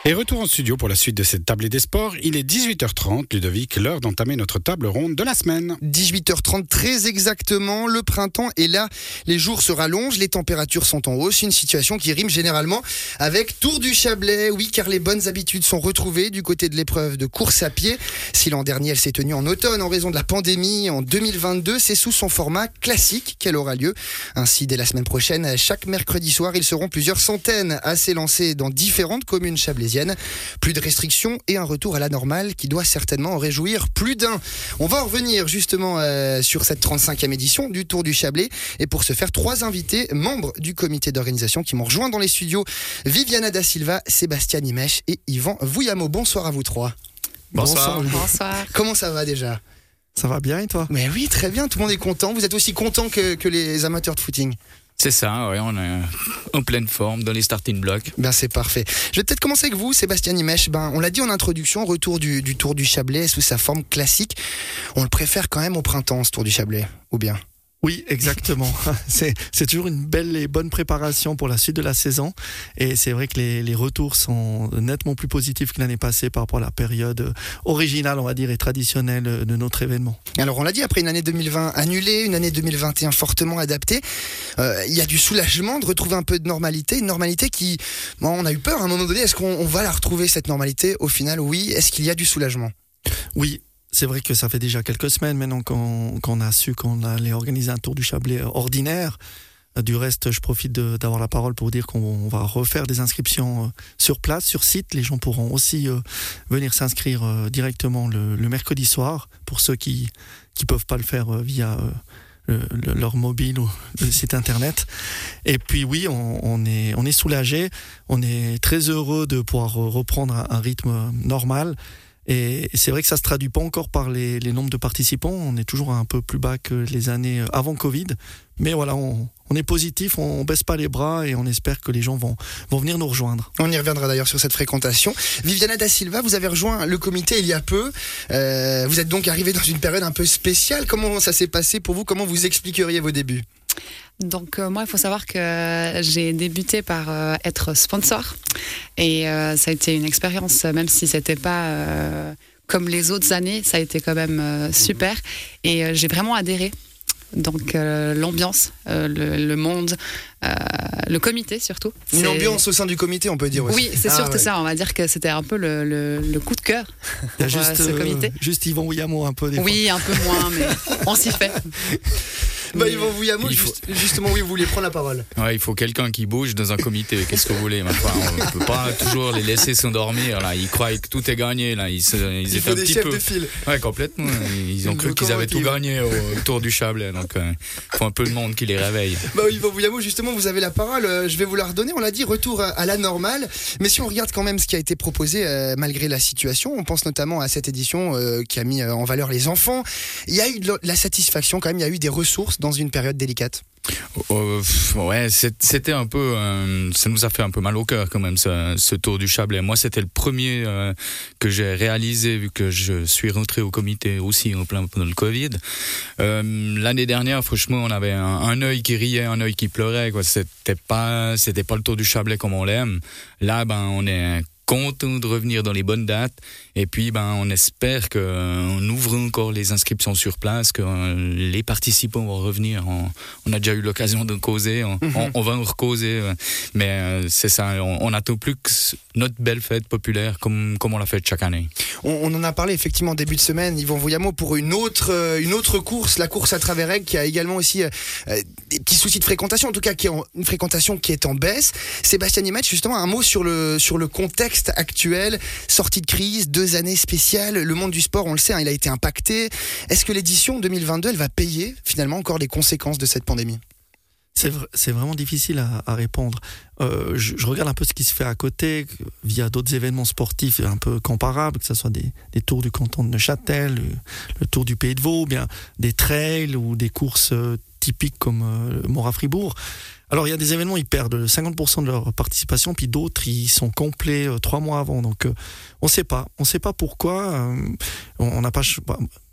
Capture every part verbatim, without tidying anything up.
Et retour en studio pour la suite de cette tablée des sports. Il est dix-huit heures trente, Ludovic, l'heure d'entamer notre table ronde de la semaine. dix-huit heures trente, très exactement. Le printemps est là. Les jours se rallongent, les températures sont en hausse. Une situation qui rime généralement avec Tour du Chablais. Oui, car les bonnes habitudes sont retrouvées du côté de l'épreuve de course à pied. Si l'an dernier, elle s'est tenue en automne en raison de la pandémie, en deux mille vingt-deux, c'est sous son format classique qu'elle aura lieu. Ainsi, dès la semaine prochaine, chaque mercredi soir, ils seront plusieurs centaines à s'élancer dans différentes communes chablaisiennes. Plus de restrictions et un retour à la normale qui doit certainement en réjouir plus d'un. On va en revenir justement euh, sur cette trente-cinquième édition du Tour du Chablais. Et pour ce faire, trois invités, membres du comité d'organisation qui m'ont rejoint dans les studios. Viviana Da Silva, Sébastien Imèche et Yvan Vouillamo. Bonsoir à vous trois. Bonsoir. Bonsoir. Bonsoir. Comment ça va déjà ? Ça va bien et toi ? Mais oui, très bien, tout le monde est content. Vous êtes aussi content que, que les amateurs de footing ? C'est ça, ouais, on est en pleine forme dans les starting blocks. Ben c'est parfait. Je vais peut-être commencer avec vous, Sébastien Imèche. Ben on l'a dit en introduction, retour du, du Tour du Chablais sous sa forme classique. On le préfère quand même au printemps, ce Tour du Chablais, ou bien ? Oui, exactement. C'est, c'est toujours une belle et bonne préparation pour la suite de la saison. Et c'est vrai que les, les retours sont nettement plus positifs que l'année passée par rapport à la période originale, on va dire, et traditionnelle de notre événement. Alors on l'a dit, après une année deux mille vingt annulée, une année deux mille vingt et un fortement adaptée, euh, il y a du soulagement de retrouver un peu de normalité. Une normalité qui, bon, on a eu peur à un moment donné. Est-ce qu'on on va la retrouver, cette normalité ? Au final, oui. Est-ce qu'il y a du soulagement ? Oui. C'est vrai que ça fait déjà quelques semaines maintenant qu'on, qu'on a su qu'on allait organiser un Tour du Chablais ordinaire. Du reste, je profite de, d'avoir la parole pour dire qu'on va refaire des inscriptions sur place, sur site. Les gens pourront aussi euh, venir s'inscrire euh, directement le, le mercredi soir pour ceux qui qui peuvent pas le faire euh, via euh, le, leur mobile ou le site internet. Et puis oui, on, on est on est soulagé, on est très heureux de pouvoir reprendre un, un rythme normal. Et c'est vrai que ça se traduit pas encore par les, les nombres de participants. On est toujours un peu plus bas que les années avant Covid. Mais voilà, on, on est positif, on, on baisse pas les bras et on espère que les gens vont, vont venir nous rejoindre. On y reviendra d'ailleurs sur cette fréquentation. Viviana Da Silva, vous avez rejoint le comité il y a peu. Euh, vous êtes donc arrivé dans une période un peu spéciale. Comment ça s'est passé pour vous ? Comment vous expliqueriez vos débuts ? Donc euh, moi, il faut savoir que j'ai débuté par euh, être sponsor et euh, ça a été une expérience, même si c'était pas euh, comme les autres années, ça a été quand même euh, super et euh, j'ai vraiment adhéré. Donc euh, l'ambiance, euh, le, le monde, euh, le comité surtout. Une c'est... ambiance au sein du comité, on peut dire aussi. Oui, c'est ah, surtout ouais. ça. On va dire que c'était un peu le, le, le coup de cœur pour juste, euh, ce comité. Euh, juste Yvan Vouillamo un peu des oui, fois. Un peu moins, mais on s'y fait. Bah, Yvan Vouillamo, Il faut... juste, justement, oui, vous vouliez prendre la parole. Ouais, il faut quelqu'un qui bouge dans un comité. Qu'est-ce que vous voulez maintenant ? On ne peut pas toujours les laisser s'endormir. Là. Ils croient que tout est gagné. Là. Ils, ils il étaient faut un des petit chefs peu... de file. Ouais, complètement. Ils ont Une cru qu'ils avaient tout gagné au, au Tour du Chablais. Donc, il euh, faut un peu de monde qui les réveille. Bah, Yvan Vouillamo, justement, vous avez la parole. Euh, je vais vous la redonner. On l'a dit, retour à, à la normale. Mais si on regarde quand même ce qui a été proposé euh, malgré la situation, on pense notamment à cette édition euh, qui a mis euh, en valeur les enfants. Il y a eu de la satisfaction quand même. Il y a eu des ressources dans une période délicate. Euh, ouais, c'était un peu, euh, ça nous a fait un peu mal au cœur quand même ce, ce Tour du Chablais. Moi, c'était le premier euh, que j'ai réalisé vu que je suis rentré au comité aussi en plein pendant le Covid. Euh, l'année dernière, franchement, on avait un, un œil qui riait, un œil qui pleurait. Quoi. C'était pas, c'était pas le Tour du Chablais comme on l'aime. Là, ben, on est content de revenir dans les bonnes dates et puis ben on espère que euh, on ouvre encore les inscriptions sur place, que euh, les participants vont revenir. On, on a déjà eu l'occasion de causer, on, mm-hmm. on, on va en recauser, euh, mais euh, c'est ça. On, on attend plus que notre belle fête populaire comme comme on l'a fait chaque année. On, on en a parlé effectivement début de semaine, Yvan Vouillamo, pour une autre euh, une autre course, la course à travers Aigues, qui a également aussi euh, des petits soucis de fréquentation, en tout cas qui est en, une fréquentation qui est en baisse. Sébastien Imèche, justement, un mot sur le sur le contexte actuel, sortie de crise, deux années spéciales, le monde du sport, on le sait, hein, il a été impacté. Est-ce que l'édition deux mille vingt-deux, elle va payer finalement encore les conséquences de cette pandémie ? C'est, v- c'est vraiment difficile à, à répondre. Euh, je, je regarde un peu ce qui se fait à côté, via d'autres événements sportifs un peu comparables, que ce soit des, des tours du canton de Neuchâtel, le, le tour du Pays de Vaud, ou bien des trails ou des courses euh, typiques comme euh, Morat-Fribourg. Alors il y a des événements, ils perdent cinquante pour cent de leur participation, puis d'autres ils sont complets euh, trois mois avant. Donc euh, on ne sait pas, on ne sait pas pourquoi. Euh, on n'a pas,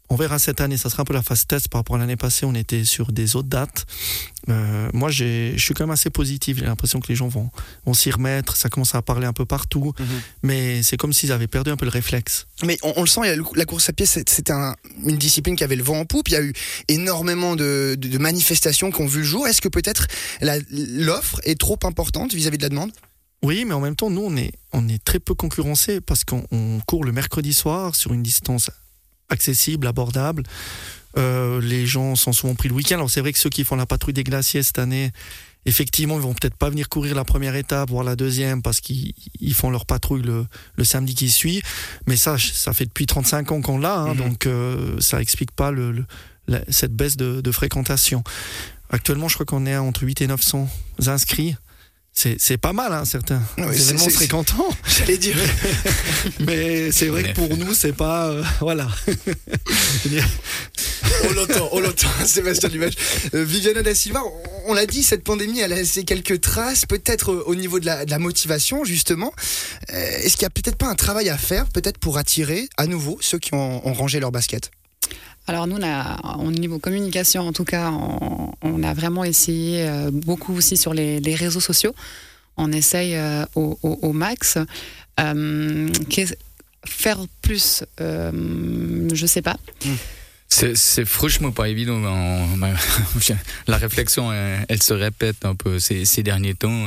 On verra cette année, ça sera un peu la phase test par rapport à l'année passée, on était sur des autres dates. Euh, moi, j'ai, je suis quand même assez positif, j'ai l'impression que les gens vont, vont s'y remettre, ça commence à parler un peu partout, mmh. mais c'est comme s'ils avaient perdu un peu le réflexe. Mais on, on le sent, il y a le, la course à pied, c'était un, une discipline qui avait le vent en poupe, il y a eu énormément de, de, de manifestations qui ont vu le jour. Est-ce que peut-être la, l'offre est trop importante vis-à-vis de la demande ? Oui, mais en même temps, nous, on est, on est très peu concurrencés parce qu'on on court le mercredi soir sur une distance accessible, abordable. Euh, les gens sont souvent pris le week-end. Alors c'est vrai que ceux qui font la patrouille des glaciers cette année, effectivement, ils vont peut-être pas venir courir la première étape, voire la deuxième, parce qu'ils ils font leur patrouille le, le samedi qui suit. Mais ça, ça fait depuis trente-cinq ans qu'on l'a, hein, mmh. donc euh, ça explique pas le, le, la, cette baisse de, de fréquentation. Actuellement, je crois qu'on est entre huit et neuf cents inscrits. C'est, c'est pas mal, hein, certains oui, événements c'est, fréquentants. J'allais dire. Mais c'est vrai que pour nous, c'est pas. Euh, voilà. On l'entend, on l'entend, Sébastien Dumèche. Euh, Viviana da Silva, on, on l'a dit, cette pandémie, elle a laissé quelques traces, peut-être au niveau de la, de la motivation, justement. Euh, est-ce qu'il y a peut-être pas un travail à faire, peut-être pour attirer à nouveau ceux qui ont, ont rangé leur basket ? Alors nous, on a, au niveau communication, en tout cas, on, on a vraiment essayé euh, beaucoup aussi sur les, les réseaux sociaux. On essaye euh, au, au, au max. Euh, faire plus, euh, je sais pas. Mmh. C'est, c'est franchement pas évident. La réflexion, elle, elle se répète un peu ces, ces derniers temps.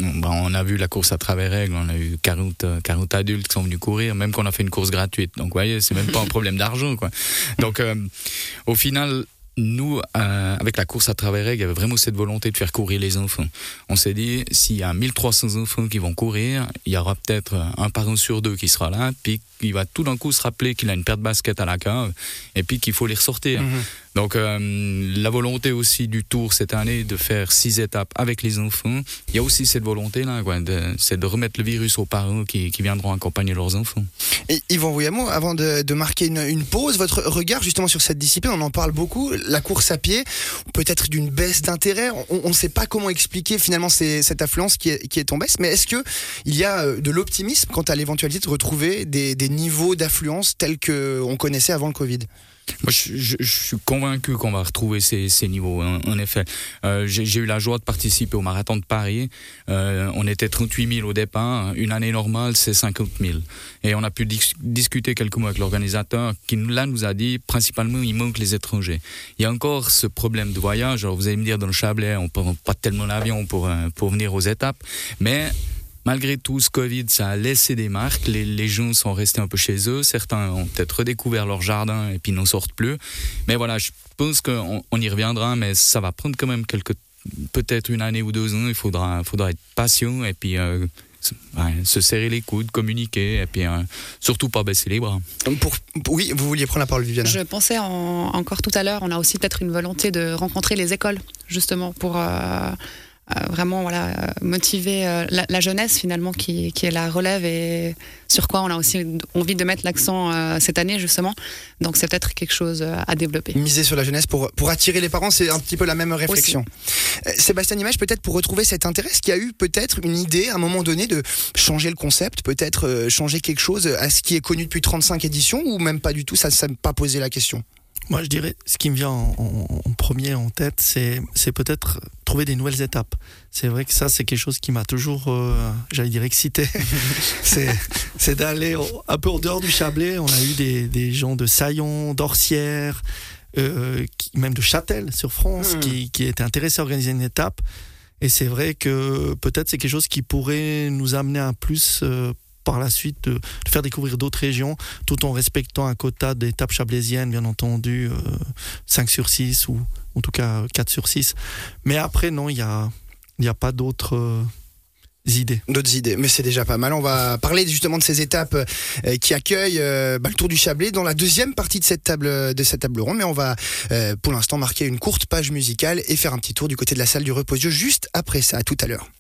On a vu la course à travers règles, on a eu quarante, quarante adultes qui sont venus courir, même qu'on a fait une course gratuite. Donc, vous voyez, c'est même pas un problème d'argent, quoi. Donc, euh, au final, nous, euh, avec la course à travers règles, il y avait vraiment cette volonté de faire courir les enfants. On s'est dit, s'il y a mille trois cents enfants qui vont courir, il y aura peut-être un parent sur deux qui sera là, puis il va tout d'un coup se rappeler qu'il a une paire de baskets à la cave, et puis qu'il faut les ressortir. Mmh. Donc, euh, la volonté aussi du Tour cette année de faire six étapes avec les enfants, il y a aussi cette volonté-là, quoi, de, c'est de remettre le virus aux parents qui, qui viendront accompagner leurs enfants. Et Yvan Vouillamont, avant de, de marquer une, une pause, votre regard justement sur cette discipline, on en parle beaucoup, la course à pied, peut-être d'une baisse d'intérêt, on ne sait pas comment expliquer finalement ces, cette affluence qui est, qui est en baisse, mais est-ce qu'il y a de l'optimisme quant à l'éventualité de retrouver des, des niveaux d'affluence tels qu'on connaissait avant le Covid ? Moi, je, je, je suis convaincu qu'on va retrouver ces, ces niveaux, hein, en effet. Euh, j'ai, j'ai eu la joie de participer au marathon de Paris. Euh, on était trente-huit mille au départ. Une année normale, c'est cinquante mille. Et on a pu dis- discuter quelques mots avec l'organisateur qui, là, nous a dit, principalement, il manque les étrangers. Il y a encore ce problème de voyage. Alors, vous allez me dire, dans le Chablais, on ne prend pas tellement l'avion pour, pour venir aux étapes. Mais malgré tout, ce Covid, ça a laissé des marques. Les, les gens sont restés un peu chez eux. Certains ont peut-être redécouvert leur jardin et puis n'en sortent plus. Mais voilà, je pense qu'on on y reviendra, mais ça va prendre quand même quelques, peut-être une année ou deux ans. Il faudra, faudra être patient et puis euh, ouais, se serrer les coudes, communiquer et puis euh, surtout pas baisser les bras. Pour, oui, vous vouliez prendre la parole, Viviana. Je pensais en, encore tout à l'heure, on a aussi peut-être une volonté de rencontrer les écoles, justement, pour... Euh, Euh, vraiment voilà, euh, motiver euh, la, la jeunesse finalement qui, qui est la relève et sur quoi on a aussi envie de mettre l'accent euh, cette année justement. Donc c'est peut-être quelque chose à développer. Miser sur la jeunesse pour, pour attirer les parents, c'est un petit peu la même réflexion. Euh, Sébastien Dumèche, peut-être pour retrouver cet intérêt, est-ce qu'il y a eu peut-être une idée à un moment donné de changer le concept, peut-être euh, changer quelque chose à ce qui est connu depuis trente-cinq éditions ou même pas du tout, ça ne s'est pas posé la question? Moi, je dirais, ce qui me vient en, en, en premier en tête, c'est, c'est peut-être trouver des nouvelles étapes. C'est vrai que ça, c'est quelque chose qui m'a toujours, euh, j'allais dire, excité. c'est, c'est d'aller un peu en dehors du Chablais. On a eu des, des gens de Saillon, d'Orsières, euh, qui, même de Châtel sur France, mmh. qui, qui étaient intéressés à organiser une étape. Et c'est vrai que peut-être c'est quelque chose qui pourrait nous amener à plus... Euh, par la suite de, de faire découvrir d'autres régions tout en respectant un quota d'étapes chablaisiennes bien entendu, euh, cinq sur six ou en tout cas quatre sur six, mais après non, il n'y a, y a pas d'autres euh, idées. D'autres idées, mais c'est déjà pas mal. On va parler justement de ces étapes euh, qui accueillent euh, bah, le Tour du Chablais dans la deuxième partie de cette table, de cette table ronde, mais on va euh, pour l'instant marquer une courte page musicale et faire un petit tour du côté de la salle du Repos-Yeux juste après ça. À tout à l'heure.